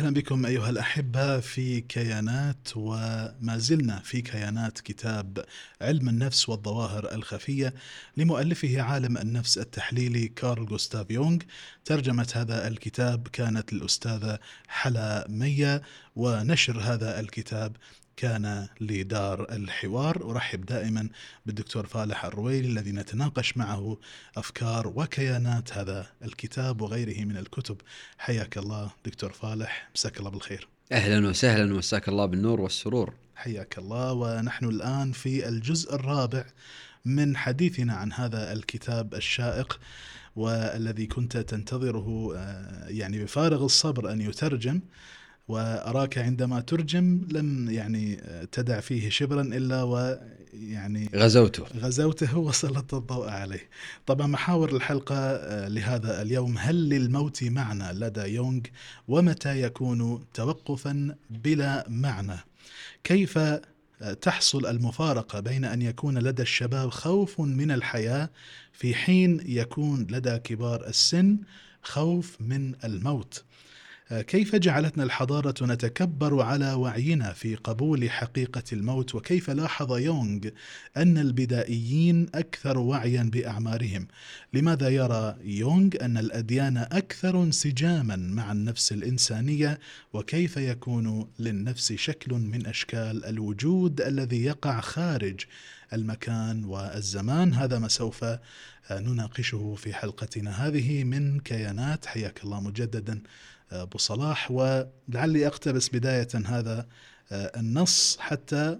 أهلا بكم أيها الأحبة في كيانات، وما زلنا في كيانات كتاب علم النفس والظواهر الخفية لمؤلفه عالم النفس التحليلي كارل غوستاف يونغ. ترجمة هذا الكتاب كانت للأستاذة حلا مية، ونشر هذا الكتاب كان لدار الحوار. أرحب دائما بالدكتور فالح الرويلي الذي نتناقش معه أفكار وكيانات هذا الكتاب وغيره من الكتب. حياك الله دكتور فالح، مساك الله بالخير. أهلا وسهلا، ومساك الله بالنور والسرور. حياك الله. ونحن الآن في الجزء الرابع من حديثنا عن هذا الكتاب الشائق، والذي كنت تنتظره يعني بفارغ الصبر أن يترجم، وأراك عندما ترجم لم تدع فيه شبرا إلا غزوته وسلط الضوء عليه. طبعا محاور الحلقة لهذا اليوم: هل للموت معنى لدى يونغ؟ ومتى يكون توقفا بلا معنى؟ كيف تحصل المفارقة بين أن يكون لدى الشباب خوف من الحياة في حين يكون لدى كبار السن خوف من الموت؟ كيف جعلتنا الحضارة نتكبر على وعينا في قبول حقيقة الموت؟ وكيف لاحظ يونغ أن البدائيين أكثر وعيا بأعمارهم؟ لماذا يرى يونغ أن الأديان أكثر انسجاما مع النفس الإنسانية؟ وكيف يكون للنفس شكل من أشكال الوجود الذي يقع خارج المكان والزمان؟ هذا ما سوف نناقشه في حلقتنا هذه من كيانات. حياك الله مجددا أبو صلاح. ولعلي أقتبس بداية هذا النص حتى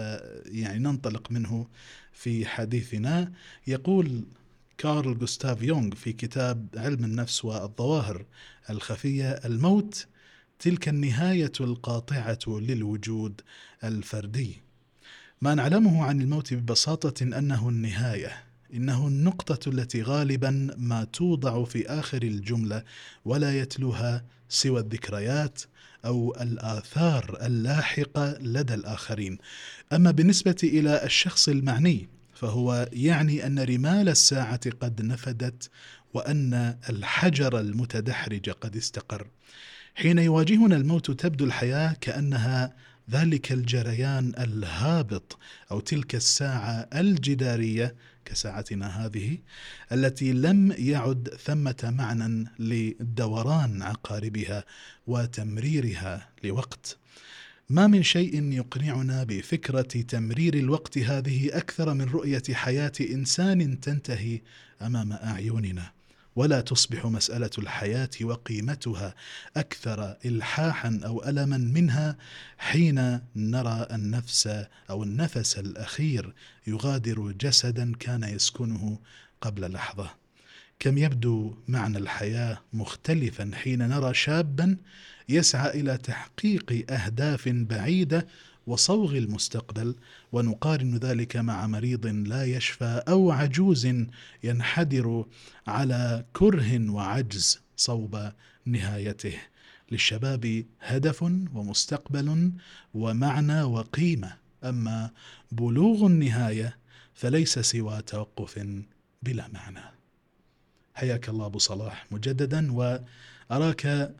ننطلق منه في حديثنا. يقول كارل غوستاف يونغ في كتاب علم النفس والظواهر الخفية: الموت تلك النهاية القاطعة للوجود الفردي. ما نعلمه عن الموت ببساطة أنه النهاية، إنه النقطة التي غالبا ما توضع في آخر الجملة ولا يتلوها سوى الذكريات أو الآثار اللاحقة لدى الآخرين. أما بالنسبة إلى الشخص المعني فهو يعني أن رمال الساعة قد نفدت، وأن الحجر المتدحرج قد استقر. حين يواجهنا الموت تبدو الحياة كأنها ذلك الجريان الهابط، أو تلك الساعة الجدارية كساعتنا هذه التي لم يعد ثمة معنى لدوران عقاربها وتمريرها لوقت. ما من شيء يقنعنا بفكرة تمرير الوقت هذه أكثر من رؤية حياة إنسان تنتهي أمام أعيننا، ولا تصبح مسألة الحياة وقيمتها أكثر إلحاحا أو ألما منها حين نرى النفس أو النفس الأخير يغادر جسدا كان يسكنه قبل لحظة. كم يبدو معنى الحياة مختلفا حين نرى شابا يسعى إلى تحقيق أهداف بعيدة وصوغ المستقبل، ونقارن ذلك مع مريض لا يشفى أو عجوز ينحدر على كره وعجز صوب نهايته. للشباب هدف ومستقبل ومعنى وقيمة، أما بلوغ النهاية فليس سوى توقف بلا معنى. حياك الله أبو صلاح مجددا، وأراك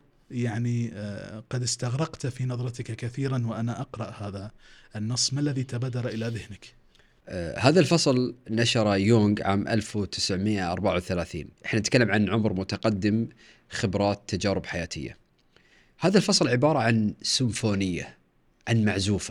قد استغرقت في نظرتك كثيرا وأنا أقرأ هذا النص. ما الذي تبادر إلى ذهنك؟ هذا الفصل نشر يونغ عام 1934. احنا نتكلم عن عمر متقدم، خبرات، تجارب حياتية. هذا الفصل عبارة عن سيمفونية، عن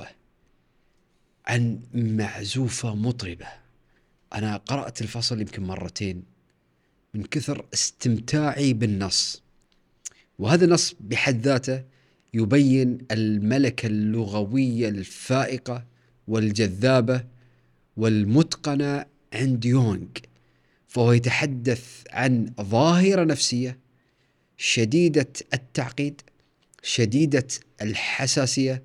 معزوفة مطربة. أنا قرأت الفصل يمكن مرتين من كثر استمتاعي بالنص. وهذا النص بحد ذاته يبين الملكة اللغوية الفائقة والجذابة والمتقنة عند يونغ. فهو يتحدث عن ظاهرة نفسية شديدة التعقيد، شديدة الحساسية،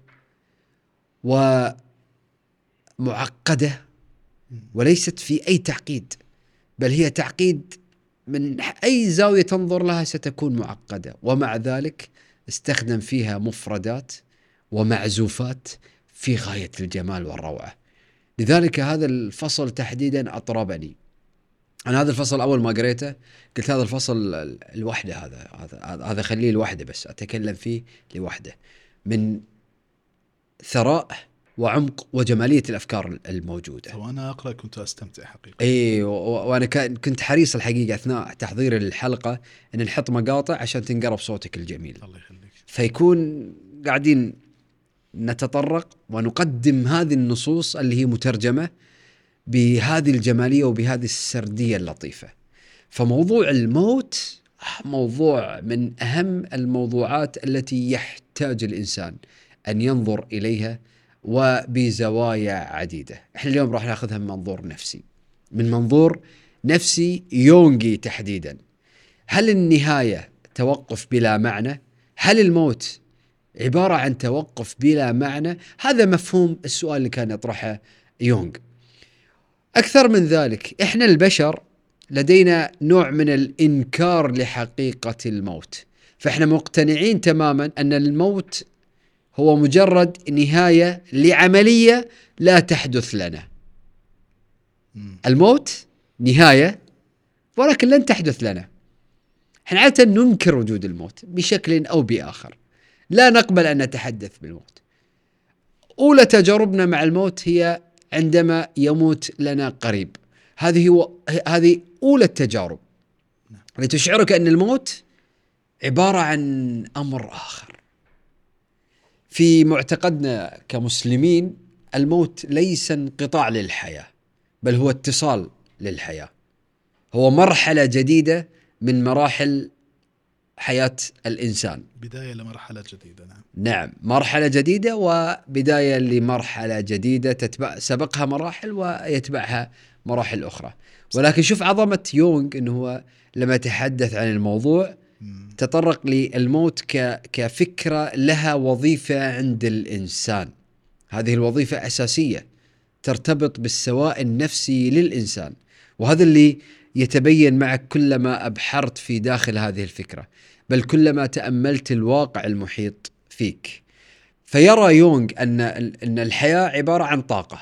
ومعقدة، وليست في أي تعقيد، بل هي تعقيد من أي زاوية تنظر لها ستكون معقدة. ومع ذلك استخدم فيها مفردات ومعزوفات في غاية الجمال والروعة. لذلك هذا الفصل تحديدا أطربني. أنا هذا الفصل أول ما قريته قلت هذا الفصل الوحدة، هذا خليه لوحده، بس أتكلم فيه لوحده من ثراء وعمق وجمالية الأفكار الموجودة. وأنا أقرأ كنت أستمتع حقيقة. إيه، وأنا كنت حريص الحقيقة أثناء تحضير الحلقة أن نحط مقاطع عشان تنقرب صوتك الجميل، الله يخليك. فيكون قاعدين نتطرق ونقدم هذه النصوص اللي هي مترجمة بهذه الجمالية وبهذه السردية اللطيفة. فموضوع الموت موضوع من أهم الموضوعات التي يحتاج الإنسان أن ينظر إليها وبزوايا عديدة. احنا اليوم راح ناخذها من منظور نفسي، من منظور نفسي يونغي تحديدا. هل النهاية توقف بلا معنى؟ هل الموت عبارة عن توقف بلا معنى؟ هذا مفهوم السؤال اللي كان يطرحه يونغ. أكثر من ذلك، إحنا البشر لدينا نوع من الإنكار لحقيقة الموت، فإحنا مقتنعين تماما أن الموت هو مجرد نهاية لعملية لا تحدث لنا. الموت نهاية ولكن لن تحدث لنا. إحنا عادة ننكر وجود الموت بشكل أو بآخر، لا نقبل أن نتحدث بالموت. أولى تجاربنا مع الموت هي عندما يموت لنا قريب. هذه أولى التجارب لتشعرك أن الموت عبارة عن أمر آخر. في معتقدنا كمسلمين الموت ليس انقطاع للحياة، بل هو اتصال للحياة، هو مرحلة جديدة من مراحل حياة الإنسان، بداية لمرحلة جديدة. نعم، مرحلة جديدة وبداية لمرحلة جديدة سبقها مراحل ويتبعها مراحل أخرى. ولكن شوف عظمة يونغ أنه هو لما يتحدث عن الموضوع تطرق للموت كفكرة لها وظيفة عند الإنسان. هذه الوظيفة أساسية ترتبط بالسواء النفسي للإنسان، وهذا اللي يتبين معك كلما أبحرت في داخل هذه الفكرة، بل كلما تأملت الواقع المحيط فيك. فيرى يونغ أن الحياة عبارة عن طاقة،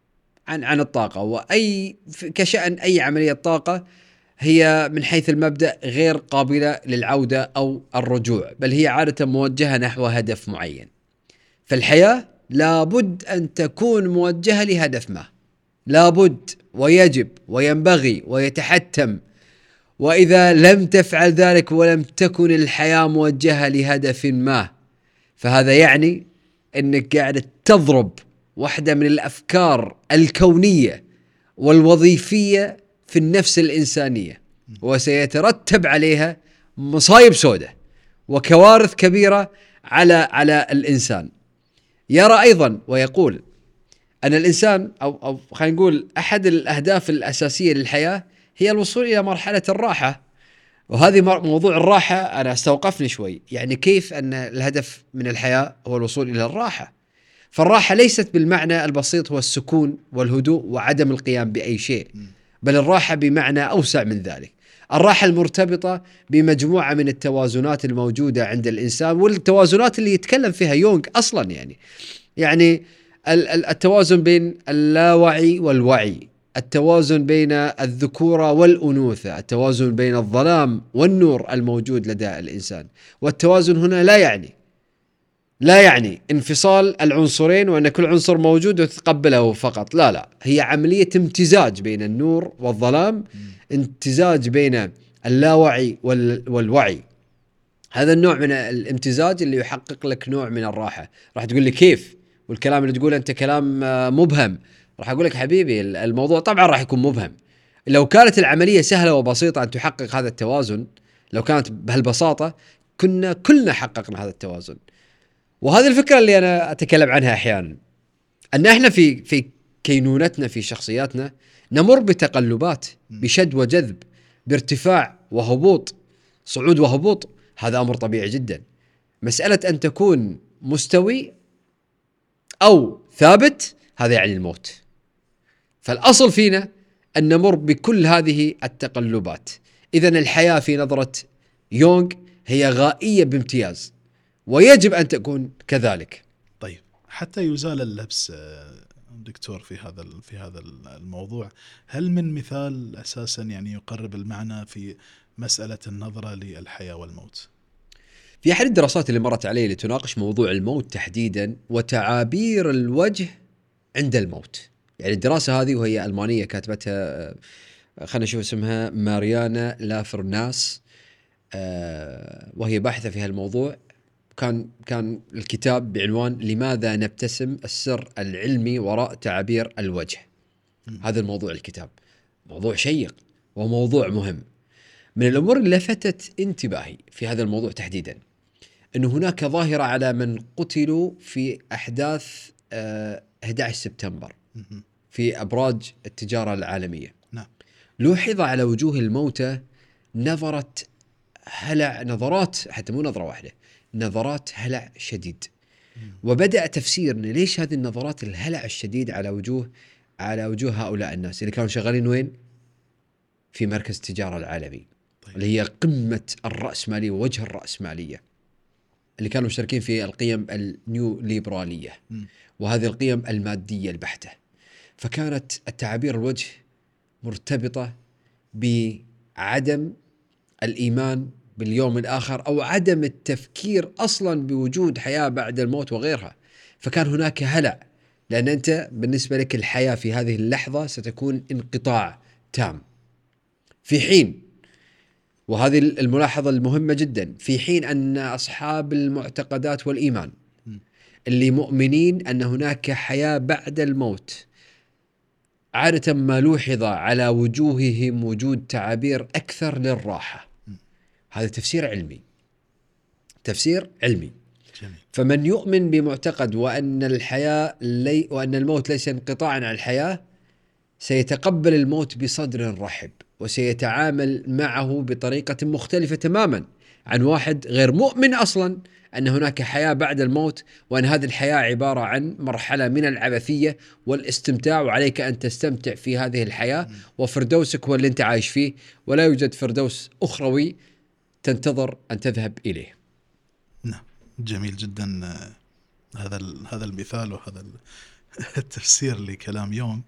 عن الطاقة، وأي كشأن أي عملية طاقة هي من حيث المبدأ غير قابلة للعودة أو الرجوع، بل هي عادة موجهة نحو هدف معين. فالحياة لابد أن تكون موجهة لهدف ما، لابد ويجب وينبغي ويتحتم. وإذا لم تفعل ذلك ولم تكن الحياة موجهة لهدف ما، فهذا يعني أنك قاعد تضرب واحدة من الأفكار الكونية والوظيفية في النفس الإنسانية، وسيترتب عليها مصايب سودة وكوارث كبيرة على الإنسان. يرى أيضا ويقول أن الإنسان أو خلينا نقول أحد الأهداف الأساسية للحياة هي الوصول إلى مرحلة الراحة. وهذه موضوع الراحة أنا استوقفني شوي، يعني كيف أن الهدف من الحياة هو الوصول إلى الراحة؟ فالراحة ليست بالمعنى البسيط هو السكون والهدوء وعدم القيام بأي شيء، بل الراحة بمعنى أوسع من ذلك. الراحة المرتبطة بمجموعة من التوازنات الموجودة عند الإنسان، والتوازنات اللي يتكلم فيها يونغ أصلا يعني التوازن بين اللاوعي والوعي، التوازن بين الذكورة والأنوثة، التوازن بين الظلام والنور الموجود لدى الإنسان. والتوازن هنا لا يعني انفصال العنصرين وأن كل عنصر موجود وتتقبله فقط، لا، هي عملية امتزاج بين النور والظلام، امتزاج بين اللاوعي والوعي. هذا النوع من الامتزاج اللي يحقق لك نوع من الراحة. راح تقول لي كيف؟ والكلام اللي تقوله أنت كلام مبهم. راح أقول لك حبيبي الموضوع طبعا راح يكون مبهم. لو كانت العملية سهلة وبسيطة أن تحقق هذا التوازن، لو كانت بهالبساطة كلنا حققنا هذا التوازن. وهذه الفكرة اللي أنا أتكلم عنها أحيانا، أن إحنا في كينونتنا في شخصياتنا نمر بتقلبات، بشد وجذب، بارتفاع وهبوط، صعود وهبوط. هذا أمر طبيعي جدا. مسألة أن تكون مستوي أو ثابت هذا يعني الموت. فالأصل فينا أن نمر بكل هذه التقلبات. إذن الحياة في نظرة يونغ هي غائية بامتياز، ويجب أن تكون كذلك. طيب، حتى يزال اللبس دكتور في هذا الموضوع، هل من مثال أساسا يعني يقرب المعنى في مسألة النظرة للحياة والموت؟ في أحد الدراسات اللي مرت علي اللي تناقش موضوع الموت تحديدا وتعابير الوجه عند الموت. يعني الدراسة هذه وهي ألمانية كاتبتها، خلينا نشوف اسمها، ماريانا لافرناس، وهي باحثة في هالموضوع. كان الكتاب بعنوان لماذا نبتسم، السر العلمي وراء تعابير الوجه. هذا الموضوع الكتاب موضوع شيق وموضوع مهم. من الأمور اللي لفتت انتباهي في هذا الموضوع تحديدا أن هناك ظاهرة على من قتلوا في أحداث 11 سبتمبر في أبراج التجارة العالمية. نعم. لوحظ على وجوه الموتى نظرات حتى مو نظرة واحدة، نظرات هلع شديد. وبدأ تفسيرنا ليش هذه النظرات الهلع الشديد على وجوه هؤلاء الناس اللي كانوا شغالين وين؟ في مركز التجارة العالمي. طيب. اللي هي قمة الرأسمالية ووجه الرأسمالية، اللي كانوا مشتركين في القيم النيو ليبرالية وهذه القيم المادية البحتة. فكانت التعابير الوجه مرتبطة بعدم الإيمان باليوم الآخر أو عدم التفكير أصلا بوجود حياة بعد الموت وغيرها. فكان هناك هلع، لأن أنت بالنسبة لك الحياة في هذه اللحظة ستكون انقطاع تام، في حين، وهذه الملاحظة المهمة جدا، في حين أن أصحاب المعتقدات والإيمان اللي مؤمنين أن هناك حياة بعد الموت عادة ما لوحظ على وجوههم وجود تعابير أكثر للراحة. هذا تفسير علمي. جميل. فمن يؤمن بمعتقد وأن وأن الموت ليس انقطاعا عن الحياة سيتقبل الموت بصدر رحب وسيتعامل معه بطريقة مختلفة تماما عن واحد غير مؤمن أصلا أن هناك حياة بعد الموت، وأن هذه الحياة عبارة عن مرحلة من العبثية والاستمتاع، وعليك أن تستمتع في هذه الحياة، وفردوسك هو اللي أنت عايش فيه، ولا يوجد فردوس أخروي تنتظر أن تذهب إليه. نعم، جميل جدا هذا المثال وهذا التفسير لكلام يونغ.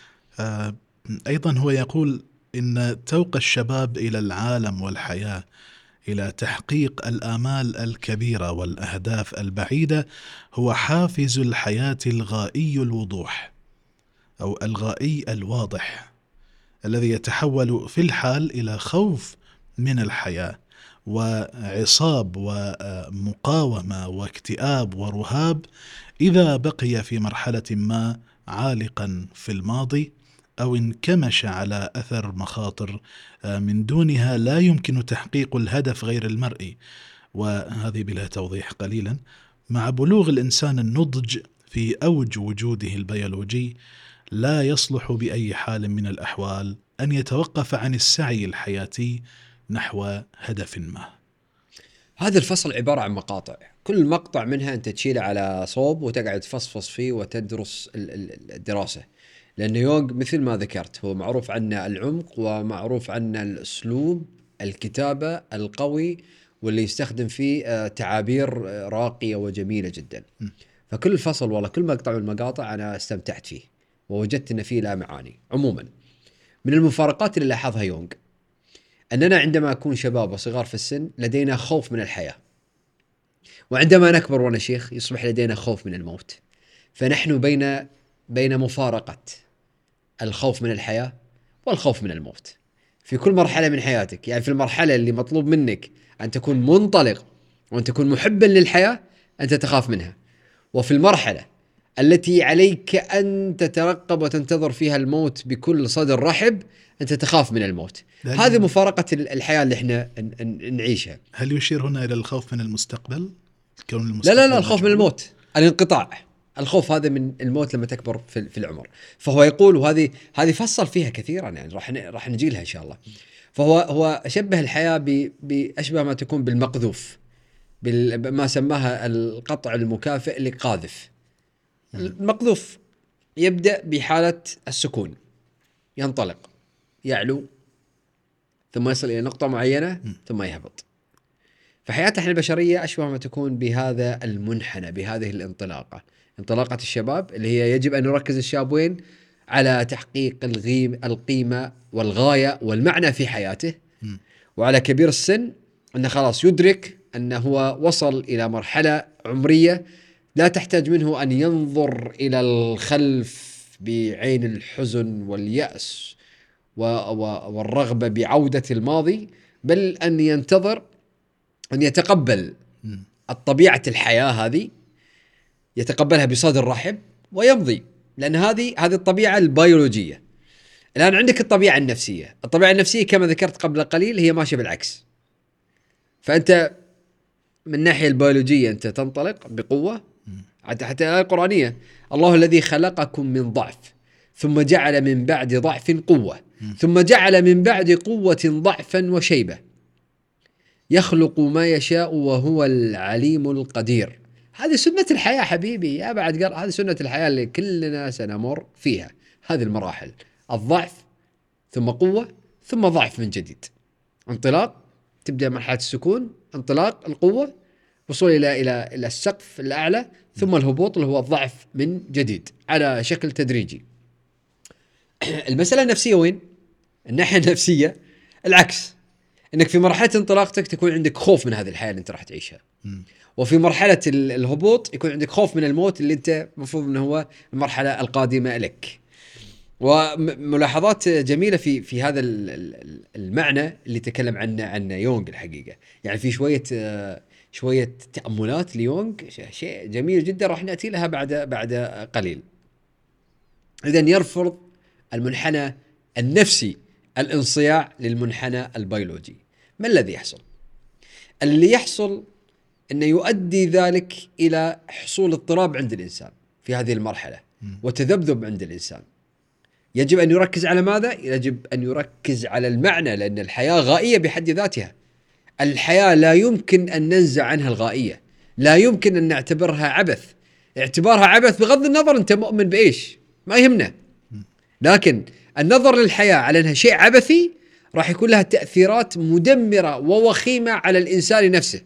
أيضا هو يقول إن توق الشباب إلى العالم والحياة، إلى تحقيق الآمال الكبيرة والأهداف البعيدة، هو حافز الحياة الغائي الوضوح أو الغائي الواضح، الذي يتحول في الحال إلى خوف من الحياة وعصاب ومقاومة واكتئاب ورهاب إذا بقي في مرحلة ما عالقا في الماضي أو انكمش على أثر مخاطر من دونها لا يمكن تحقيق الهدف غير المرئي. وهذه بلا توضيح قليلا، مع بلوغ الإنسان النضج في أوج وجوده البيولوجي لا يصلح بأي حال من الأحوال أن يتوقف عن السعي الحياتي نحو هدف ما. هذا الفصل عبارة عن مقاطع، كل مقطع منها أنت تشيله على صوب وتقعد تفصفص فيه وتدرس الدراسة. لأن يونغ مثل ما ذكرت هو معروف عنه العمق، ومعروف عنه الأسلوب الكتابة القوي واللي يستخدم فيه تعابير راقية وجميلة جدا. فكل فصل والله كل مقطع من المقاطع أنا استمتعت فيه ووجدت أن فيه لا معاني. عموما من المفارقات اللي لاحظها يونغ أننا عندما نكون شباب وصغار في السن لدينا خوف من الحياة، وعندما نكبر ونشيخ يصبح لدينا خوف من الموت. فنحن بين مفارقة الخوف من الحياة والخوف من الموت في كل مرحلة من حياتك. يعني في المرحلة اللي مطلوب منك أن تكون منطلق وأن تكون محبا للحياة أنت تخاف منها، وفي المرحلة التي عليك أن تترقب وتنتظر فيها الموت بكل صدر رحب أنت تخاف من الموت. هذه مفارقة الحياة اللي احنا نعيشها. هل يشير هنا إلى الخوف من المستقبل؟ كون المستقبل لا الخوف من الموت، الانقطاع. الخوف هذا من الموت لما تكبر في العمر. فهو يقول، وهذه فصل فيها كثيرا، يعني راح نجي لها إن شاء الله. فهو شبه الحياة بأشبه ما تكون بالمقذوف، ما سماها القطع المكافئ لقاذف. المقذوف يبدأ بحالة السكون، فحياتنا احنا البشرية أشبه ما تكون بهذا المنحنى، بهذه الانطلاقة، انطلاقة الشباب اللي هي يجب أن يركز الشاب وين؟ على تحقيق القيمة والغاية والمعنى في حياته. وعلى كبير السن أنه خلاص يدرك أنه هو وصل إلى مرحلة عمرية لا تحتاج منه أن ينظر إلى الخلف بعين الحزن واليأس والرغبة بعودة الماضي، بل أن ينتظر أن يتقبل الطبيعة الحياة هذه، يتقبلها بصدر رحب ويمضي، لأن هذه الطبيعة البيولوجية. الآن عندك الطبيعة النفسية. الطبيعة النفسية كما ذكرت قبل قليل هي ماشية بالعكس. فأنت من الناحية البيولوجية أنت تنطلق بقوة، حتى الآية القرآنية: الله الذي خلقكم من ضعف ثم جعل من بعد ضعف قوة ثم جعل من بعد قوة ضعفا وشيبة يخلق ما يشاء وهو العليم القدير. هذه سنة الحياة حبيبي يا بعد قرأ، هذه سنة الحياة اللي كلنا سنمر فيها، هذه المراحل: الضعف ثم قوة ثم ضعف من جديد، انطلاق، تبدأ مرحلة السكون، انطلاق القوة، وصول إلى السقف الأعلى، ثم الهبوط اللي هو الضعف من جديد على شكل تدريجي. المسألة النفسية وين؟ الناحية النفسية العكس، انك في مرحلة انطلاقتك تكون عندك خوف من هذه الحياة اللي انت راح تعيشها، وفي مرحلة الهبوط يكون عندك خوف من الموت اللي انت مفروض انه هو المرحلة القادمة لك. وملاحظات جميلة في هذا المعنى اللي تكلم عنه يونغ الحقيقة، يعني في شوية تأملات ليونغ، شيء جميل جدا راح نأتي لها بعد قليل. إذن يرفض المنحنى النفسي الانصياع للمنحنى البيولوجي. ما الذي يحصل؟ اللي يحصل أنه يؤدي ذلك إلى حصول اضطراب عند الإنسان في هذه المرحلة وتذبذب عند الإنسان. يجب أن يركز على ماذا؟ يجب أن يركز على المعنى، لأن الحياة غائية بحد ذاتها. الحياة لا يمكن أن ننزع عنها الغائية، لا يمكن أن نعتبرها عبث. اعتبارها عبث بغض النظر أنت مؤمن بإيش ما يهمنا، لكن النظر للحياة على أنها شيء عبثي راح يكون لها تأثيرات مدمرة ووخيمة على الإنسان نفسه.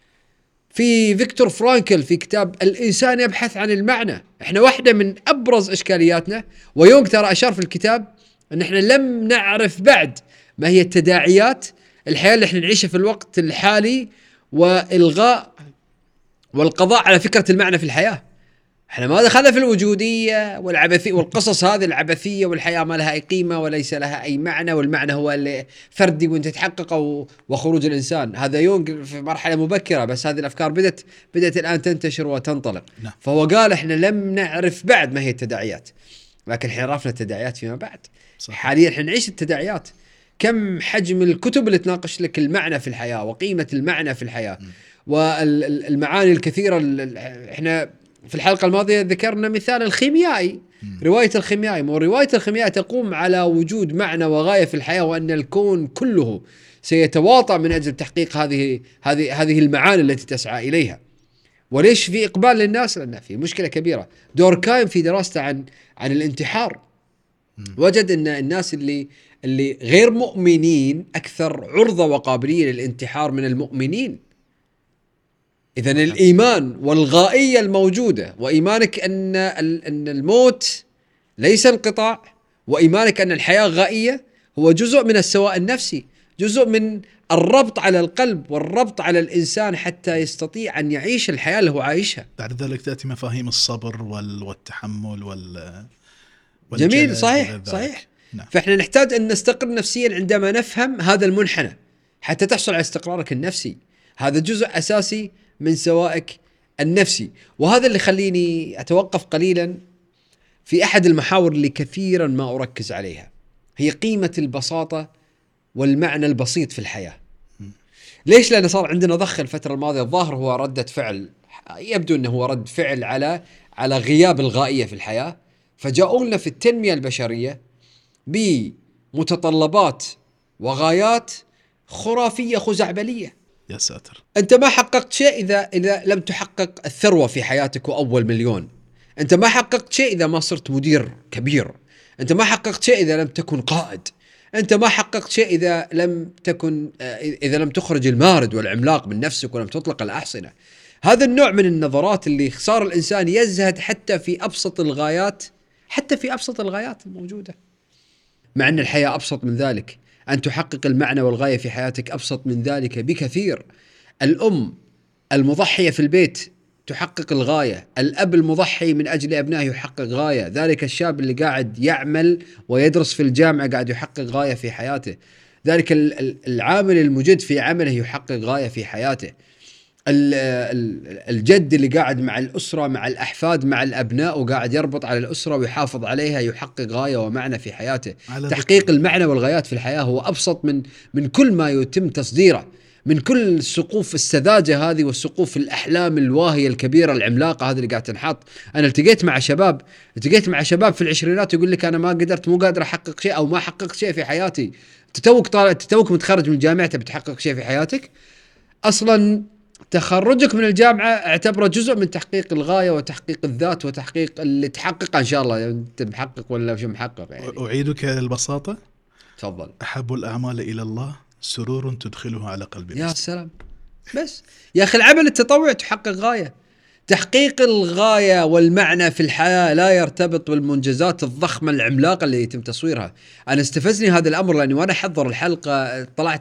في فيكتور فرانكل في كتاب الإنسان يبحث عن المعنى، احنا واحدة من أبرز إشكالياتنا، ويونغ ترى أشار في الكتاب أن احنا لم نعرف بعد ما هي التداعيات الحياة اللي احنا نعيشها في الوقت الحالي وإلغاء والقضاء على فكرة المعنى في الحياة. احنا ما دخلنا في الوجودية والعبثية والقصص هذه العبثية، والحياة ما لها أي قيمة وليس لها أي معنى، والمعنى هو اللي فردي وانت تحققه وخروج الإنسان. هذا يونغ في مرحلة مبكرة، بس هذه الأفكار بدأت الآن تنتشر وتنطلق. فهو قال احنا لم نعرف بعد ما هي التداعيات، لكن احنا عرفنا التداعيات فيما بعد. حاليا احنا نعيش التداعيات. كم حجم الكتب اللي تناقش لك المعنى في الحياة وقيمة المعنى في الحياة والمعاني الكثيرة. احنا في الحلقة الماضية ذكرنا مثال الخيميائي، رواية الخيميائي. رواية الخيميائي تقوم على وجود معنى وغاية في الحياة، وأن الكون كله سيتواطأ من أجل تحقيق هذه المعاني التي تسعى إليها. وليش في إقبال للناس؟ لأن في مشكلة كبيرة. دوركايم في دراسته عن الانتحار وجد أن الناس اللي غير مؤمنين أكثر عرضة وقابلية للانتحار من المؤمنين. إذن الإيمان والغائية الموجودة، وإيمانك أن الموت ليس انقطاع، وإيمانك أن الحياة غائية، هو جزء من السواء النفسي، جزء من الربط على القلب والربط على الإنسان حتى يستطيع أن يعيش الحياة اللي هو عايشها. بعد ذلك تأتي مفاهيم الصبر والتحمل جميل، صحيح. نعم. فإحنا نحتاج أن نستقر نفسيا عندما نفهم هذا المنحنى حتى تحصل على استقرارك النفسي. هذا جزء أساسي من سوائك النفسي. وهذا اللي خليني أتوقف قليلا في أحد المحاور اللي كثيرا ما أركز عليها، هي قيمة البساطة والمعنى البسيط في الحياة. ليش؟ لأن صار عندنا ضخ الفترة الماضية، الظاهر هو ردة فعل، يبدو أنه هو رد فعل على غياب الغائية في الحياة. فجاءوا لنا في التنمية البشرية بمتطلبات وغايات خرافية خزعبلية. يا ساتر، أنت ما حققت شيء إذا لم تحقق الثروة في حياتك وأول مليون. أنت ما حققت شيء إذا ما صرت مدير كبير. أنت ما حققت شيء إذا لم تكن قائد. أنت ما حققت شيء إذا لم تخرج المارد والعملاق من نفسك ولم تطلق الأحصنة. هذا النوع من النظرات اللي صار الإنسان يزهد حتى في أبسط الغايات الموجودة، مع أن الحياة أبسط من ذلك. أن تحقق المعنى والغاية في حياتك أبسط من ذلك بكثير. الأم المضحية في البيت تحقق الغاية، الأب المضحي من أجل أبنائه يحقق غاية، ذلك الشاب اللي قاعد يعمل ويدرس في الجامعة قاعد يحقق غاية في حياته، ذلك العامل المجد في عمله يحقق غاية في حياته، الجد اللي قاعد مع الأسرة مع الأحفاد مع الأبناء وقاعد يربط على الأسرة ويحافظ عليها يحقق غاية ومعنى في حياته. تحقيق المعنى والغايات في الحياة هو أبسط من كل ما يتم تصديره، من كل سقوف السذاجة هذه والسقوف الأحلام الواهية الكبيرة العملاقة هذه اللي قاعد تنحط. أنا التقيت مع شباب في العشرينات يقول لك أنا مو قادر أحقق شيء أو ما حققت شيء في حياتي. توك متخرج من الجامعة بتحقق شيء في حياتك؟ أصلا تخرجك من الجامعة اعتبره جزء من تحقيق الغاية وتحقيق الذات وتحقيق اللي تحققه إن شاء الله. أنت محقق ولا مش محقق يعني. أعيدك البساطة. تفضل. أحب الأعمال إلى الله سرور تدخله على قلب يا سلام. بس يا أخي العمل التطوعي تحقق غاية. تحقيق الغاية والمعنى في الحياة لا يرتبط بالمنجزات الضخمة العملاقة اللي يتم تصويرها. أنا استفزني هذا الأمر لأني وأنا أحضر الحلقة طلعت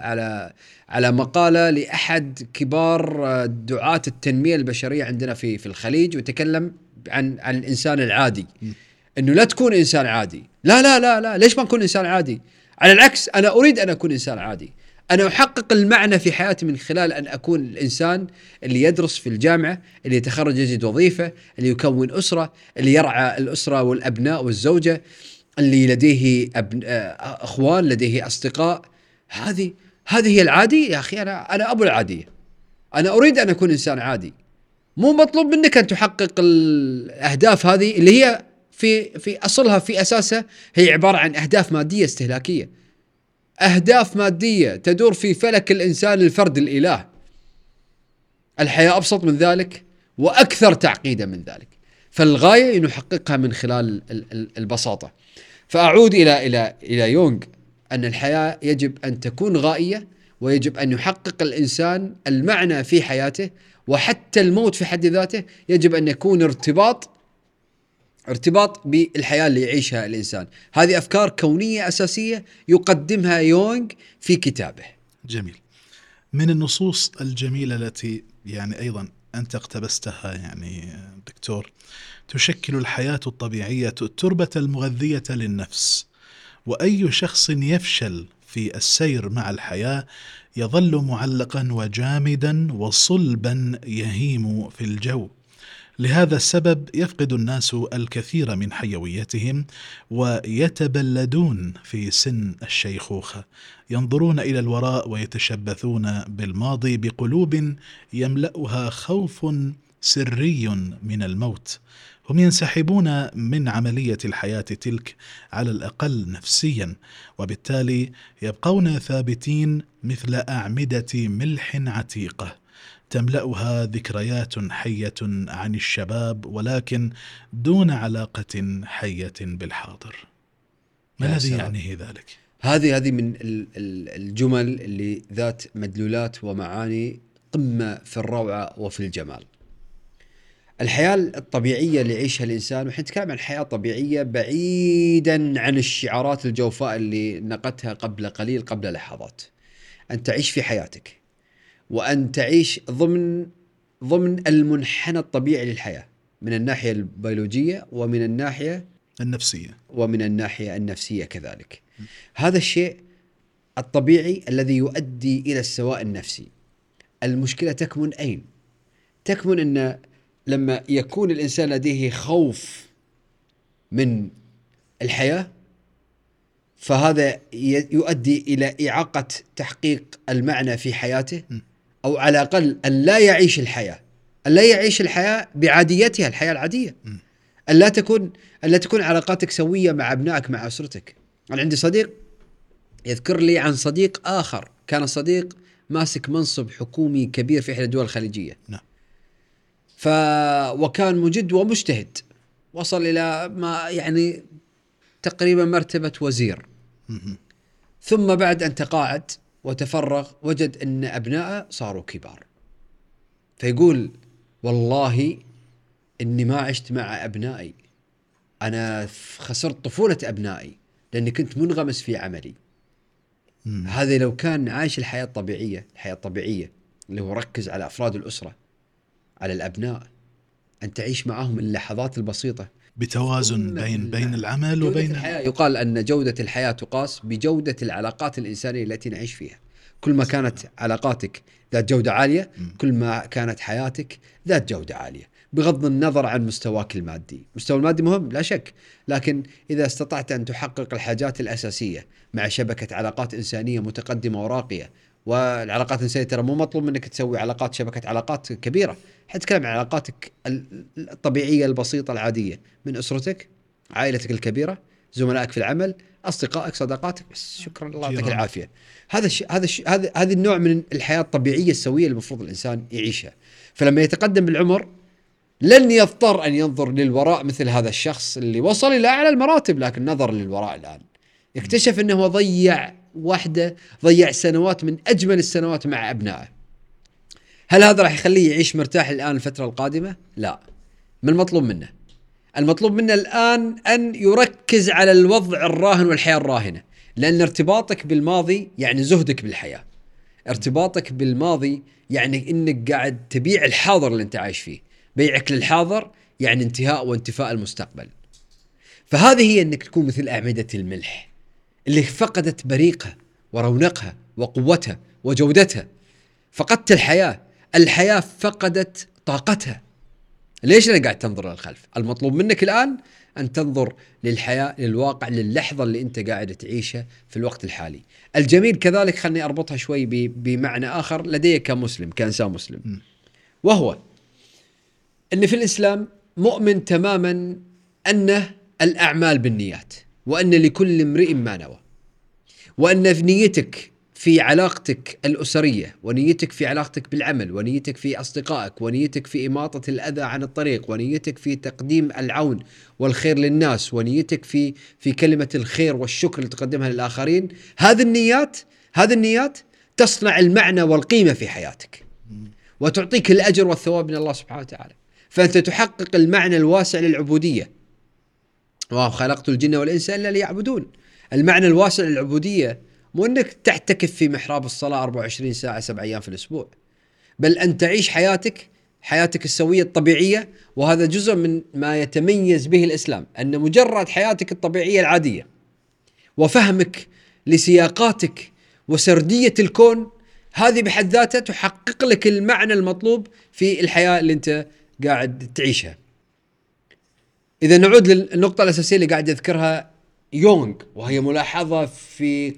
على مقالة لأحد كبار دعاة التنمية البشرية عندنا في الخليج، وتكلم عن الإنسان العادي، إنه لا تكون إنسان عادي. لا لا لا لا، ليش ما نكون إنسان عادي؟ على العكس، أنا أريد أن أكون إنسان عادي. أنا أحقق المعنى في حياتي من خلال أن أكون الإنسان اللي يدرس في الجامعة، اللي يتخرج يجد وظيفة، اللي يكون أسرة، اللي يرعى الأسرة والأبناء والزوجة، اللي لديه أخوان، لديه أصدقاء. هذه هي العادي يا أخي. أنا أبو العادية. أنا أريد أن أكون إنسان عادي. مو مطلوب منك أن تحقق الأهداف هذه اللي هي في أصلها في أساسها هي عبارة عن أهداف مادية استهلاكية، أهداف مادية تدور في فلك الإنسان الفرد الإله. الحياة أبسط من ذلك وأكثر تعقيدا من ذلك، فالغاية نحققها من خلال البساطة. فأعود إلى يونغ أن الحياة يجب أن تكون غائية، ويجب أن يحقق الإنسان المعنى في حياته، وحتى الموت في حد ذاته يجب أن يكون ارتباط بالحياة اللي يعيشها الإنسان. هذه أفكار كونية أساسية يقدمها يونغ في كتابه. جميل. من النصوص الجميلة التي يعني أيضا أنت اقتبستها يعني دكتور، تشكل الحياة الطبيعية التربة المغذية للنفس، وأي شخص يفشل في السير مع الحياة يظل معلقا وجامدا وصلبا يهيم في الجو. لهذا السبب يفقد الناس الكثير من حيويتهم ويتبلدون في سن الشيخوخة، ينظرون إلى الوراء ويتشبثون بالماضي بقلوب يملأها خوف سري من الموت. هم ينسحبون من عملية الحياة تلك على الأقل نفسيا، وبالتالي يبقون ثابتين مثل أعمدة ملح عتيقة تملأها ذكريات حية عن الشباب، ولكن دون علاقة حية بالحاضر. ما الذي يعنيه ذلك؟ هذه من الجمل اللي ذات مدلولات ومعاني قمة في الروعة وفي الجمال. الحياة الطبيعية اللي يعيشها الإنسان، ونحن نتكلم عن حياة طبيعية بعيدا عن الشعارات الجوفاء اللي نقتها قبل قليل قبل لحظات. أن تعيش في حياتك، وأن تعيش ضمن المنحنى الطبيعي للحياة من الناحية البيولوجية ومن الناحية النفسية كذلك. هذا الشيء الطبيعي الذي يؤدي إلى السواء النفسي. المشكلة تكمن أين؟ تكمن أن لما يكون الإنسان لديه خوف من الحياة، فهذا يؤدي إلى إعاقة تحقيق المعنى في حياته، أو على الأقل أن لا يعيش الحياة بعاديتها، الحياة العادية. أن لا تكون علاقاتك سوية مع أبنائك مع أسرتك. أنا عندي صديق يذكر لي عن صديق آخر، كان صديق ماسك منصب حكومي كبير في إحدى الدول الخليجية، وكان مجد ومجتهد، وصل إلى ما يعني تقريبا مرتبة وزير. ثم بعد أن تقاعد وتفرغ وجد أن أبنائه صاروا كبار، فيقول والله إني ما عشت مع أبنائي، أنا خسرت طفولة أبنائي لأني كنت منغمس في عملي. هذا لو كان عايش الحياة الطبيعية اللي هو ركز على أفراد الأسرة، على الأبناء، أن تعيش معهم اللحظات البسيطة بتوازن بين العمل وبين الحياة. يقال أن جودة الحياة تقاس بجودة العلاقات الإنسانية التي نعيش فيها. كل ما كانت علاقاتك ذات جودة عالية، كل ما كانت حياتك ذات جودة عالية، بغض النظر عن مستواك المادي. مستوى المادي مهم لا شك، لكن إذا استطعت أن تحقق الحاجات الأساسية مع شبكة علاقات إنسانية متقدمة وراقية، والعلاقات الإنسانية ترى مو مطلوب منك تسوي شبكة علاقات كبيرة، حتتكلم عن علاقاتك الطبيعية البسيطة العادية من أسرتك، عائلتك الكبيرة، زملائك في العمل، أصدقائك، صداقاتك، بس شكرا الله يعطيك العافية. هذا النوع من الحياة الطبيعية السوية اللي المفروض الإنسان يعيشها. فلما يتقدم بالعمر لن يضطر أن ينظر للوراء مثل هذا الشخص اللي وصل إلى أعلى المراتب، لكن نظر للوراء الآن اكتشف أنه ضيع سنوات من أجمل السنوات مع أبنائه. هل هذا راح يخليه يعيش مرتاح الآن الفترة القادمة؟ لا. ما المطلوب منه؟ المطلوب منه الآن أن يركز على الوضع الراهن والحياة الراهنة، لأن ارتباطك بالماضي يعني زهدك بالحياة. ارتباطك بالماضي يعني إنك قاعد تبيع الحاضر اللي أنت عايش فيه. بيعك للحاضر يعني انتهاء وانتفاء المستقبل. فهذه هي أنك تكون مثل أعمدة الملح اللي فقدت بريقها ورونقها وقوتها وجودتها. فقدت الحياة فقدت طاقتها. ليش أنا قاعد تنظر للخلف؟ المطلوب منك الآن أن تنظر للحياة، للواقع، للحظة اللي أنت قاعد تعيشها في الوقت الحالي. الجميل كذلك، خلني أربطها شوي بمعنى آخر لدي كمسلم، كإنسان مسلم، وهو أن في الإسلام مؤمن تماما أن الأعمال بالنيات، وأن لكل امرئ ما نوى، وأن في نيتك في علاقتك الأسرية، ونيتك في علاقتك بالعمل، ونيتك في أصدقائك، ونيتك في إماطة الأذى عن الطريق، ونيتك في تقديم العون والخير للناس، ونيتك في كلمة الخير والشكر اللي تقدمها للآخرين. هذه النيات تصنع المعنى والقيمة في حياتك، وتعطيك الأجر والثواب من الله سبحانه وتعالى. فأنت تحقق المعنى الواسع للعبودية، وخلقت الجن والإنس إلا ليعبدون. المعنى الواسع للعبودية مو أنك تحتكف في محراب الصلاة 24 ساعة 7 أيام في الأسبوع، بل أن تعيش حياتك السوية الطبيعية. وهذا جزء من ما يتميز به الإسلام، أن مجرد حياتك الطبيعية العادية وفهمك لسياقاتك وسردية الكون، هذه بحد ذاتها تحقق لك المعنى المطلوب في الحياة اللي أنت قاعد تعيشها. إذا نعود للنقطة الأساسية اللي قاعد يذكرها يونغ، وهي ملاحظة في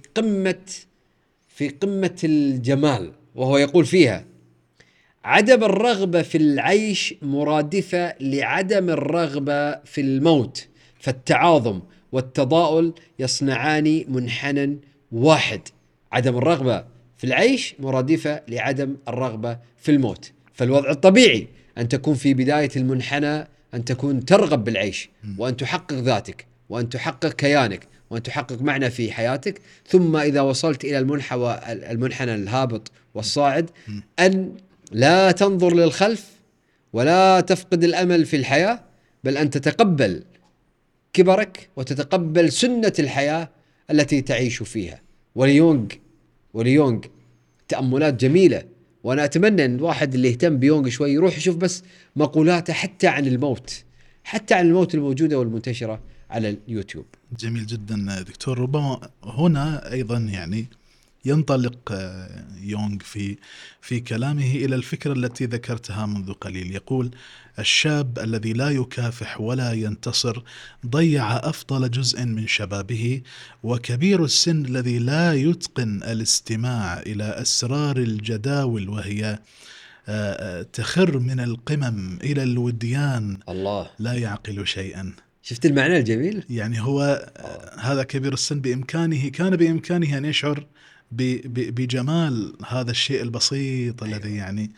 قمة الجمال، وهو يقول فيها: عدم الرغبة في العيش مرادفة لعدم الرغبة في الموت، فالتعاظم والتضاؤل يصنعان منحنى واحد. عدم الرغبة في العيش مرادفة لعدم الرغبة في الموت. فالوضع الطبيعي أن تكون في بداية المنحنى أن تكون ترغب بالعيش، وأن تحقق ذاتك، وأن تحقق كيانك، وأن تحقق معنى في حياتك. ثم إذا وصلت إلى المنحنى الهابط والصاعد، أن لا تنظر للخلف ولا تفقد الأمل في الحياة، بل أن تتقبل كبرك وتتقبل سنة الحياة التي تعيش فيها. وليونغ تأملات جميلة، وأنا أتمنى أن الواحد اللي يهتم بيونغ شوي يروح يشوف بس مقولاته حتى عن الموت الموجودة والمنتشرة على اليوتيوب. جميل جدا دكتور. ربما هنا أيضا يعني ينطلق يونغ في كلامه إلى الفكرة التي ذكرتها منذ قليل. يقول: الشاب الذي لا يكافح ولا ينتصر ضيع أفضل جزء من شبابه، وكبير السن الذي لا يتقن الاستماع إلى أسرار الجداول وهي تخر من القمم إلى الوديان الله لا يعقل شيئا. شفت المعنى الجميل؟ يعني هو هذا كبير السن كان بإمكانه أن يشعر بجمال هذا الشيء البسيط الذي يعني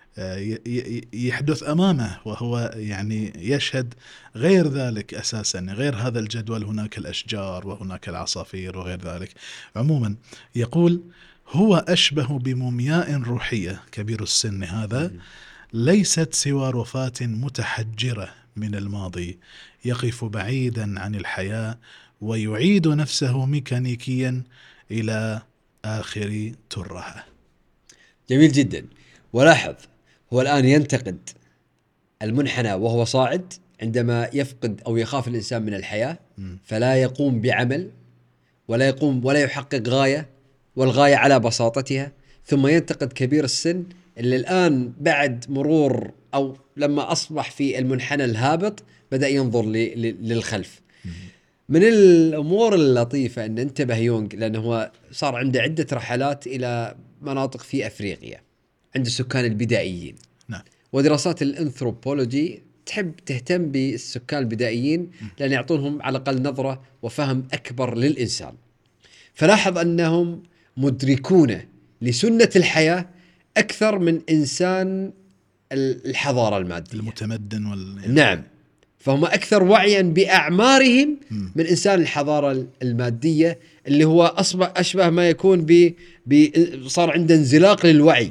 يحدث أمامه، وهو يعني يشهد غير ذلك أساسا، غير هذا الجدول هناك الأشجار وهناك العصافير وغير ذلك. عموما يقول: هو أشبه بمومياء روحية، كبير السن هذا، ليست سوى رفاة متحجرة من الماضي، يقف بعيدا عن الحياة ويعيد نفسه ميكانيكيا إلى آخر ترها. جميل جدا. ولاحظ، هو الآن ينتقد المنحنى وهو صاعد عندما يفقد أو يخاف الإنسان من الحياة، فلا يقوم بعمل ولا يحقق غاية، والغاية على بساطتها. ثم ينتقد كبير السن اللي الآن بعد مرور أو لما أصبح في المنحنى الهابط بدأ ينظر للخلف. من الأمور اللطيفة أن انتبه يونغ، لأنه هو صار عنده عدة رحلات إلى مناطق في أفريقيا عند السكان البدائيين. نعم. ودراسات الأنثروبولوجي تحب تهتم بالسكان البدائيين لأن يعطونهم على الأقل نظرة وفهم أكبر للإنسان. فلاحظ أنهم مدركون لسنة الحياة أكثر من إنسان الحضارة المادية المتمدن نعم، فهم أكثر وعيا بأعمارهم من إنسان الحضارة المادية، اللي هو أشبه ما يكون صار عنده انزلاق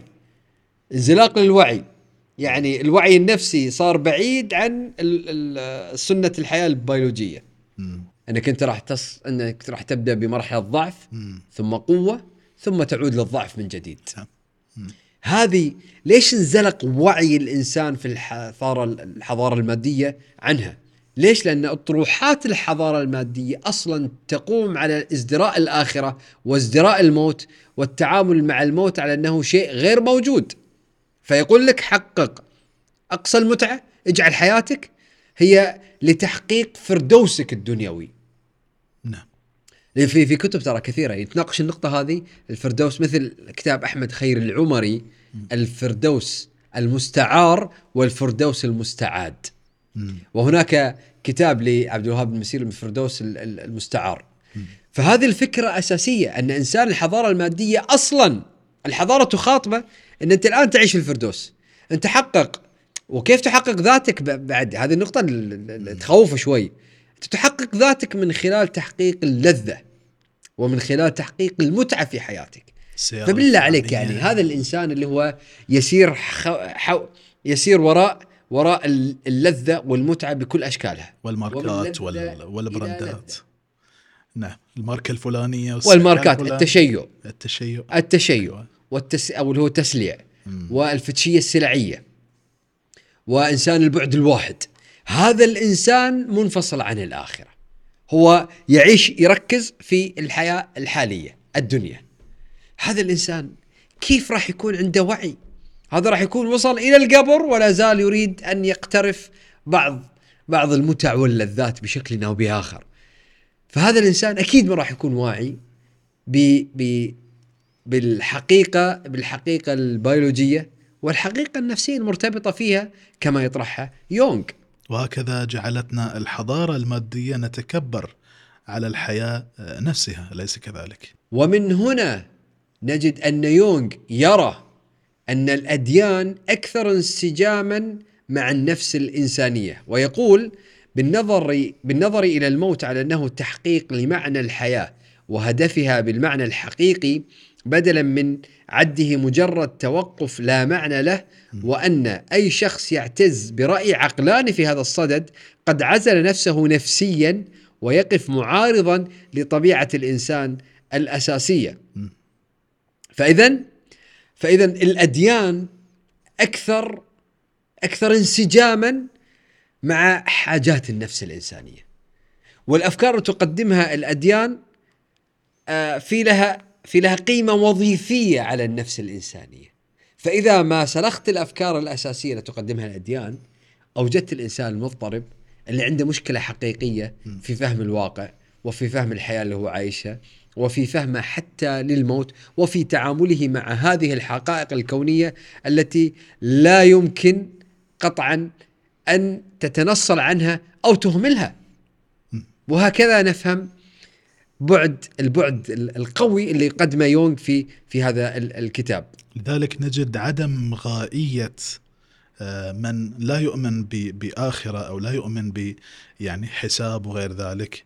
للوعي. يعني الوعي النفسي صار بعيد عن سنة الحياة البيولوجية. أنك أنت راح تبدأ بمرحلة ضعف، ثم قوة، ثم تعود للضعف من جديد. هذه ليش انزلق وعي الإنسان في الحضارة المادية عنها؟ ليش؟ لأن أطروحات الحضارة المادية أصلا تقوم على ازدراء الآخرة وازدراء الموت والتعامل مع الموت على أنه شيء غير موجود. فيقول لك حقق أقصى المتعة، اجعل حياتك هي لتحقيق فردوسك الدنيوي. نعم. في كتب ترى كثيرة يتناقش النقطة هذه. الفردوس مثل كتاب أحمد خير العمري، الفردوس المستعار والفردوس المستعاد. وهناك كتاب لعبد الوهاب بن مسير الفردوس المستعار. فهذه الفكرة أساسية، أن إنسان الحضارة المادية أصلا الحضارة تخاطبه أن أنت الآن تعيش الفردوس، أنت حقق. وكيف تحقق ذاتك بعد؟ هذه النقطة اللي تخوف شوي. تحقق ذاتك من خلال تحقيق اللذة ومن خلال تحقيق المتعة في حياتك. فبالله عليك يعني هذا الإنسان اللي هو يسير وراء اللذة والمتعة بكل أشكالها، والماركات والبراندات. نعم، الماركة الفلانية والماركات، التشيع أو اللي هو التسليع، والفتشية السلعية، وإنسان البعد الواحد. هذا الإنسان منفصل عن الآخرة، هو يركز في الحياة الحالية الدنيا. هذا الإنسان كيف راح يكون عنده وعي؟ هذا راح يكون وصل إلى القبر ولا زال يريد أن يقترف بعض المتع واللذات بشكل أو بآخر. فهذا الإنسان أكيد ما راح يكون واعي بالحقيقة البيولوجية والحقيقة النفسية المرتبطة فيها كما يطرحها يونغ. وهكذا جعلتنا الحضارة المادية نتكبر على الحياة نفسها، أليس كذلك؟ ومن هنا نجد أن يونغ يرى أن الأديان أكثر انسجاما مع النفس الإنسانية، ويقول بالنظر إلى الموت على أنه تحقيق لمعنى الحياة وهدفها بالمعنى الحقيقي، بدلا من عده مجرد توقف لا معنى له، وأن أي شخص يعتز برأي عقلاني في هذا الصدد قد عزل نفسه نفسيا ويقف معارضا لطبيعة الإنسان الأساسية. فإذا الأديان أكثر انسجاما مع حاجات النفس الإنسانية، والأفكار اللي تقدمها الأديان في لها قيمة وظيفية على النفس الإنسانية. فإذا ما سلخت الأفكار الأساسية اللي تقدمها الأديان، أوجدت الإنسان المضطرب اللي عنده مشكلة حقيقية في فهم الواقع وفي فهم الحياة اللي هو عايشها وفي فهمه حتى للموت وفي تعامله مع هذه الحقائق الكونية التي لا يمكن قطعا أن تتنصل عنها أو تهملها. وهكذا نفهم البعد القوي اللي يقدمه يونغ في هذا الكتاب. لذلك نجد عدم غائية من لا يؤمن بآخرة أو لا يؤمن يعني حساب وغير ذلك.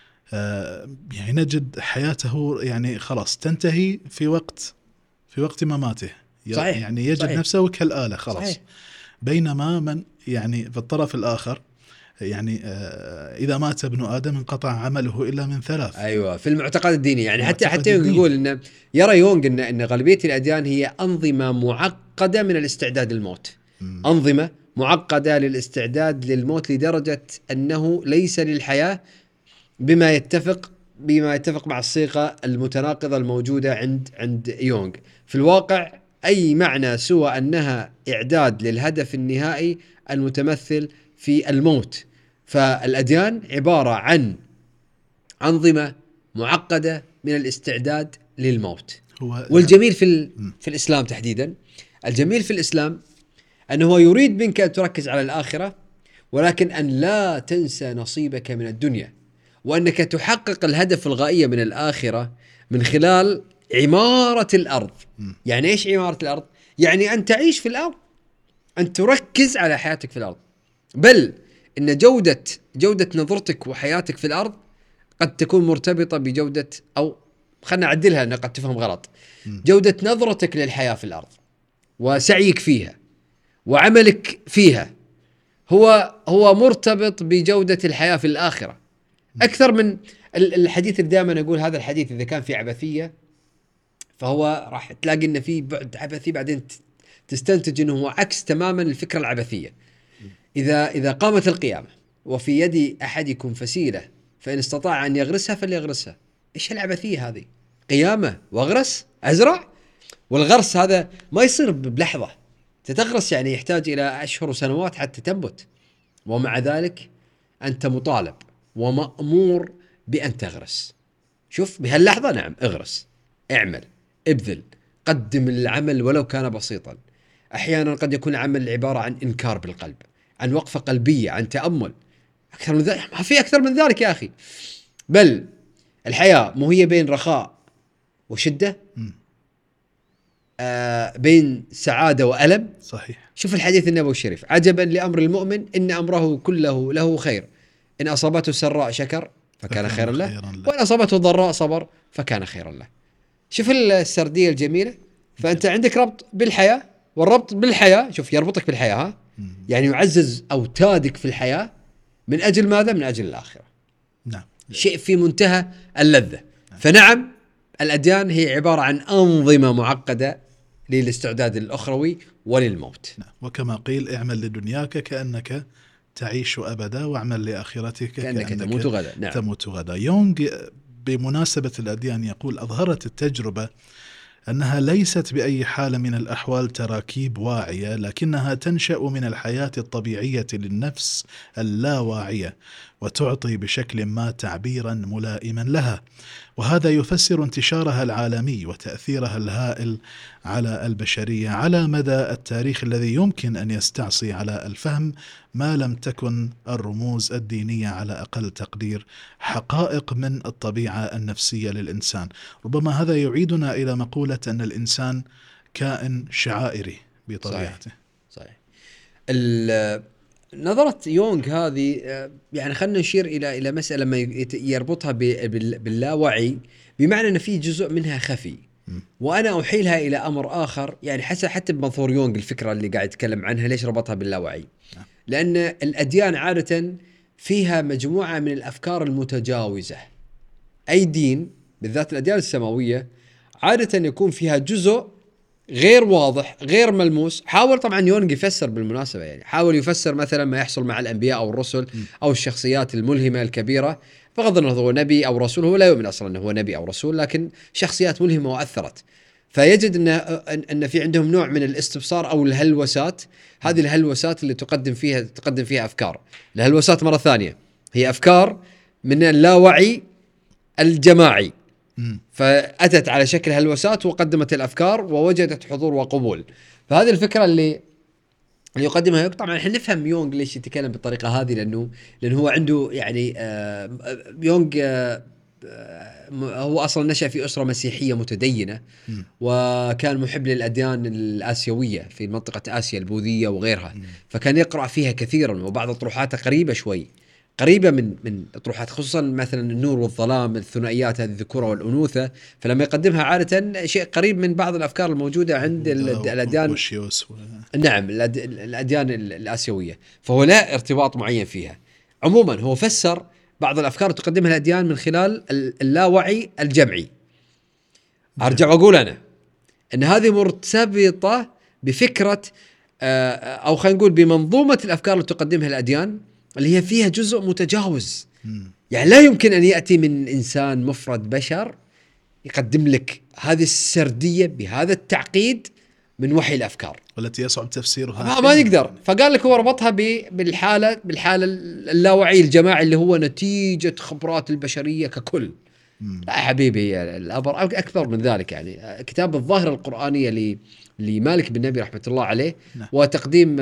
يعني نجد حياته يعني خلاص تنتهي في وقت مماته. صحيح. يعني يجد صحيح. نفسه كالآلة خلاص. صحيح. بينما من يعني في الطرف الآخر يعني إذا مات ابن آدم انقطع عمله إلا من 3. أيوة، في المعتقد الديني يعني حتى الديني. يقول إنه يرى يونغ إن غالبية الأديان هي أنظمة معقدة من الاستعداد للموت. أنظمة معقدة للاستعداد للموت لدرجة أنه ليس للحياة بما يتفق مع الصيغة المتناقضة الموجودة عند يونغ في الواقع أي معنى سوى أنها إعداد للهدف النهائي المتمثل في الموت. فالأديان عبارة عن أنظمة معقدة من الاستعداد للموت. والجميل في الإسلام تحديدا، الجميل في الإسلام أنه هو يريد منك أن تركز على الآخرة، ولكن أن لا تنسى نصيبك من الدنيا، وأنك تحقق الهدف الغائية من الآخرة من خلال عمارة الأرض. يعني إيش عمارة الأرض؟ يعني أن تعيش في الأرض، أن تركز على حياتك في الأرض، بل إن جودة نظرتك وحياتك في الأرض قد تكون مرتبطة بجودة، أو خلنا نعدلها أنها قد تفهم غلط، جودة نظرتك للحياة في الأرض وسعيك فيها وعملك فيها هو مرتبط بجودة الحياة في الآخرة أكثر من الحديث. اللي دائما أقول هذا الحديث إذا كان في عبثية فهو راح تلاقي إن في بعد عبثي، بعدين تستنتج إنه هو عكس تماما الفكرة العبثية. إذا قامت القيامة وفي يد أحدكم فسيلة فإن استطاع أن يغرسها فليغرسها. إيش العبثية هذه؟ قيامة وأغرس أزرع، والغرس هذا ما يصير بلحظة، تتغرس يعني يحتاج إلى أشهر وسنوات حتى تنبت، ومع ذلك أنت مطالب ومأمور بأن تغرس. شوف بهاللحظة، نعم اغرس، اعمل، ابذل، قدم العمل ولو كان بسيطا. أحيانا قد يكون العمل عبارة عن إنكار بالقلب، عن وقفة قلبية، عن تأمل. أكثر من ذلك ما في أكثر من ذلك يا أخي. بل الحياة مو هي بين رخاء وشدة، بين سعادة وألم. صحيح. شوف الحديث النبوي الشريف: عجبا لأمر المؤمن إن أمره كله له خير، إن أصابته سراء شكر فكان خيرا له، وإن أصابته ضراء صبر فكان خيرا له. شوف السردية الجميلة. فأنت عندك ربط بالحياة، والربط بالحياة شوف يربطك بالحياة، ها؟ يعني يعزز أوتادك في الحياة من أجل ماذا؟ من أجل الآخرة. نعم. شيء في منتهى اللذة. فنعم الأديان هي عبارة عن أنظمة معقدة للاستعداد الأخروي وللموت. نعم. وكما قيل: اعمل لدنياك كأنك تعيش أبدا، واعمل لآخرتك كأنك تموت غدا. نعم. تموت غدا. يونغ بمناسبة الأديان يقول: أظهرت التجربة أنها ليست بأي حال من الأحوال تراكيب واعية، لكنها تنشأ من الحياة الطبيعية للنفس اللاواعية، وتعطي بشكل ما تعبيرا ملائما لها، وهذا يفسر انتشارها العالمي وتأثيرها الهائل على البشرية على مدى التاريخ، الذي يمكن أن يستعصي على الفهم ما لم تكن الرموز الدينية على أقل تقدير حقائق من الطبيعة النفسية للإنسان. ربما هذا يعيدنا إلى مقولة أن الإنسان كائن شعائري بطبيعته. صحيح. نظرة يونغ هذه يعني خلنا نشير إلى مسألة ما يربطها باللاوعي، بمعنى أن في جزء منها خفي، وأنا أحيلها إلى أمر آخر. يعني حتى بمنظور يونغ الفكرة اللي قاعد يتكلم عنها ليش ربطها باللاوعي؟ لأن الأديان عادة فيها مجموعة من الأفكار المتجاوزة. أي دين بالذات الأديان السماوية عادة يكون فيها جزء غير واضح غير ملموس. حاول طبعا يونغ يفسر بالمناسبة، يعني حاول يفسر مثلا ما يحصل مع الأنبياء أو الرسل أو الشخصيات الملهمة الكبيرة، بغض النظر هو نبي أو رسول، هو لا يؤمن أصلا أنه هو نبي أو رسول، لكن شخصيات ملهمة وأثرت. فيجد أن في عندهم نوع من الاستبصار أو الهلوسات. هذه الهلوسات اللي تقدم فيها أفكار. الهلوسات مرة ثانية هي أفكار من اللاوعي الجماعي، فأتت على شكل هلوسات وقدمت الأفكار ووجدت حضور وقبول. فهذه الفكرة اللي يقدمها يونغ. طبعا احنا نفهم يونغ ليش يتكلم بالطريقة هذه، لأنه هو عنده يعني يونغ هو أصلا نشأ في أسرة مسيحية متدينة، وكان محب للأديان الآسيوية في منطقة آسيا البوذية وغيرها، فكان يقرأ فيها كثيرا، وبعض أطروحاتها قريبة شوي، قريبة من أطروحات خصوصا مثلا النور والظلام، الثنائيات هذه الذكورة والأنوثة، فلما يقدمها عادة شيء قريب من بعض الأفكار الموجودة عند الأديان، نعم الأديان الآسيوية، فهو لا ارتباط معين فيها. عموما هو فسر بعض الأفكار تقدمها الأديان من خلال اللاوعي الجمعي. أرجع وأقول أنا أن هذه مرتبطة بفكرة أو خلينا نقول بمنظومة الأفكار اللي تقدمها الأديان، اللي هي فيها جزء متجاوز. يعني لا يمكن أن يأتي من إنسان مفرد بشر يقدم لك هذه السردية بهذا التعقيد من وحي الأفكار والتي يصعب تفسيرها، ما يقدر. فقال لك هو ربطها بالحالة اللاوعي الجماعي اللي هو نتيجة خبرات البشرية ككل. لا يا حبيبي، الأمر أكبر من ذلك. يعني كتاب الظاهرة القرآنية لمالك بن نبي رحمة الله عليه، وتقديم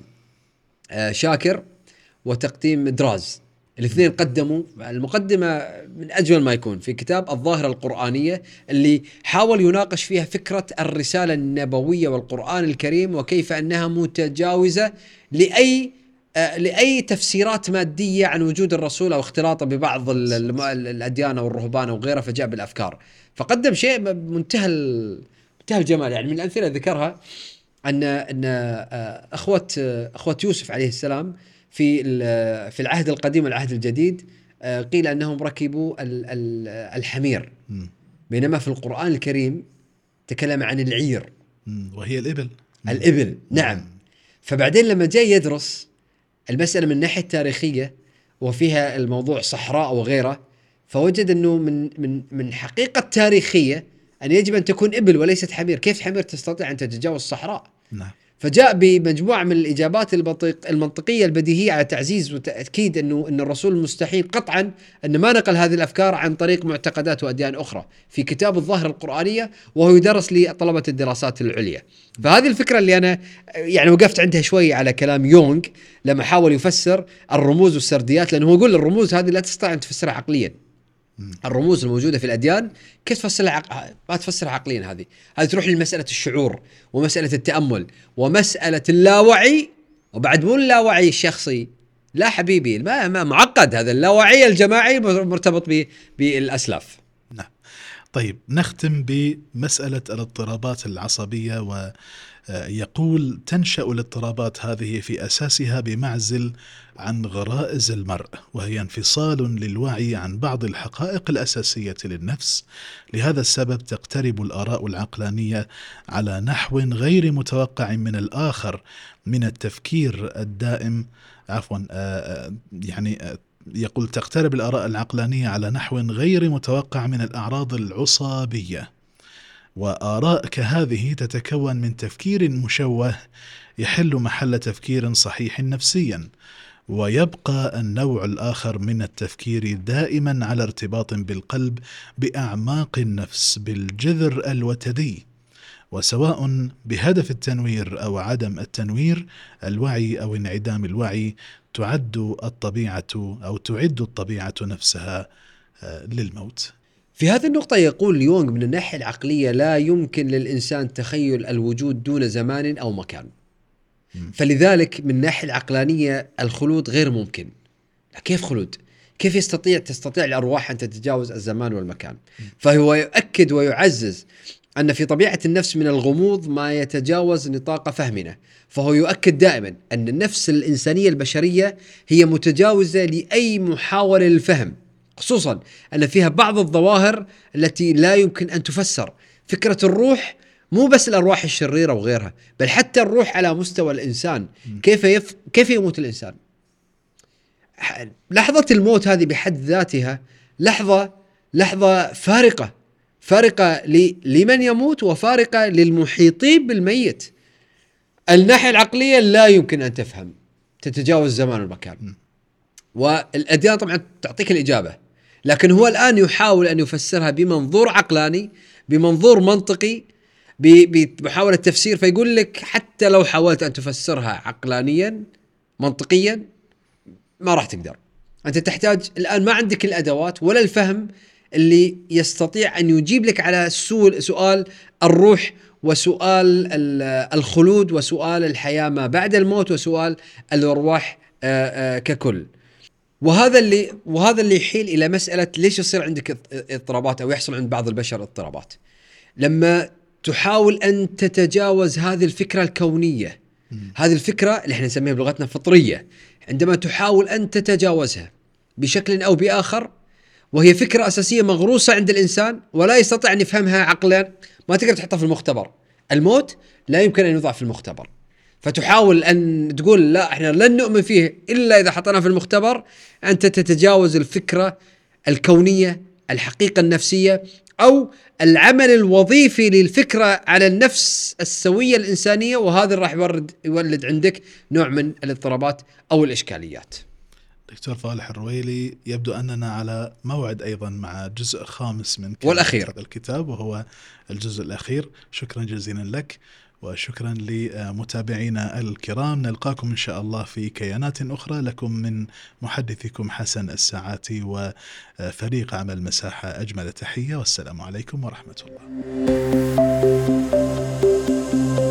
شاكر وتقديم دراز، الاثنين قدموا المقدمة من أجمل ما يكون في كتاب الظاهرة القرآنية، اللي حاول يناقش فيها فكرة الرسالة النبوية والقرآن الكريم، وكيف أنها متجاوزة لأي تفسيرات مادية عن وجود الرسول أو اختلاطه ببعض الأديان أو الرهبان أو غيره، فجاء بالأفكار. فقدم شيء منتهى الجمال. يعني من الأمثلة ذكرها أن أخوة يوسف عليه السلام في العهد القديم والعهد الجديد قيل أنهم ركبوا الحمير، بينما في القرآن الكريم تكلم عن العير وهي الإبل. نعم. فبعدين لما جاء يدرس المسألة من ناحية تاريخية وفيها الموضوع صحراء وغيره، فوجد أنه من حقيقة تاريخية أن يجب أن تكون إبل وليست حمير. كيف حمير تستطيع أن تتجاوز الصحراء؟ نعم. فجاء بمجموعة من الإجابات المنطقية البديهية على تعزيز وتأكيد أن الرسول مستحيل قطعا أن ما نقل هذه الأفكار عن طريق معتقدات وأديان أخرى في كتاب الظاهرة القرآنية، وهو يدرس لطلبة الدراسات العليا. فهذه الفكرة اللي أنا يعني وقفت عندها شوي على كلام يونغ لما حاول يفسر الرموز والسرديات، لأنه هو يقول الرموز هذه لا تستطيع أن تفسرها عقليا. الرموز الموجودة في الأديان كيف تفسرها ما تفسرها عقليا. هذه تروح لمسألة الشعور ومسألة التأمل ومسألة اللاوعي، وبعد مو اللاوعي الشخصي. لا حبيبي، ما معقد. هذا اللاوعي الجماعي مرتبط بالأسلاف. نعم. طيب نختم بمسألة الاضطرابات العصبية، ويقول تنشأ الاضطرابات هذه في أساسها بمعزل عن غرائز المرء، وهي انفصال للوعي عن بعض الحقائق الأساسية للنفس. لهذا السبب تقترب الآراء العقلانية على نحو غير متوقع من الآخر من التفكير الدائم. يقول تقترب الآراء العقلانية على نحو غير متوقع من الأعراض العصابية، وآراء كهذه تتكون من تفكير مشوه يحل محل تفكير صحيح نفسيا، ويبقى النوع الآخر من التفكير دائما على ارتباط بالقلب بأعماق النفس بالجذر الوتدي، وسواء بهدف التنوير أو عدم التنوير، الوعي أو انعدام الوعي، تعد الطبيعة نفسها للموت. في هذه النقطة يقول يونغ من الناحية العقلية لا يمكن للإنسان تخيل الوجود دون زمان أو مكان، فلذلك من الناحية العقلانية الخلود غير ممكن. كيف خلود؟ كيف تستطيع الأرواح أن تتجاوز الزمان والمكان؟ فهو يؤكد ويعزز أن في طبيعة النفس من الغموض ما يتجاوز نطاق فهمنا، فهو يؤكد دائما أن النفس الإنسانية البشرية هي متجاوزة لأي محاولة للفهم، خصوصا أن فيها بعض الظواهر التي لا يمكن أن تفسر. فكرة الروح مو بس الأرواح الشريرة وغيرها، بل حتى الروح على مستوى الإنسان. كيف يموت الإنسان؟ لحظة الموت هذه بحد ذاتها لحظة فارقة لمن يموت وفارقة للمحيطين بالميت. الناحية العقلية لا يمكن أن تفهم، تتجاوز زمان والمكان، والأديان طبعا تعطيك الإجابة، لكن هو الآن يحاول أن يفسرها بمنظور عقلاني، بمنظور منطقي، بمحاولة تفسير. فيقول لك حتى لو حاولت أن تفسرها عقلانيا منطقيا ما راح تقدر. أنت تحتاج الآن، ما عندك الأدوات ولا الفهم اللي يستطيع أن يجيب لك على سؤال الروح، وسؤال الخلود، وسؤال الحياة ما بعد الموت، وسؤال الأرواح ككل. وهذا اللي يحيل إلى مسألة ليش يصير عندك اضطرابات، أو يحصل عند بعض البشر اضطرابات. لما تحاول أن تتجاوز هذه الفكرة الكونية، هذه الفكرة اللي احنا نسميها بلغتنا فطرية، عندما تحاول أن تتجاوزها بشكل أو بآخر، وهي فكرة أساسية مغروسة عند الإنسان ولا يستطيع أن يفهمها عقلا، ما تقدر تحطها في المختبر. الموت لا يمكن أن يوضع في المختبر، فتحاول أن تقول لا احنا لن نؤمن فيه إلا إذا حطيناه في المختبر. أنت تتجاوز الفكرة الكونية، الحقيقة النفسية، أو العمل الوظيفي للفكرة على النفس السوية الإنسانية، وهذا راح يولد عندك نوع من الاضطرابات أو الإشكاليات. دكتور فالح الرويلي، يبدو أننا على موعد أيضا مع جزء خامس من والأخير هذا الكتاب، وهو الجزء الأخير. شكرا جزيلا لك، وشكرا لمتابعينا الكرام. نلقاكم إن شاء الله في كيانات أخرى. لكم من محدثكم حسن الساعاتي وفريق عمل مساحة أجمل تحية، والسلام عليكم ورحمة الله.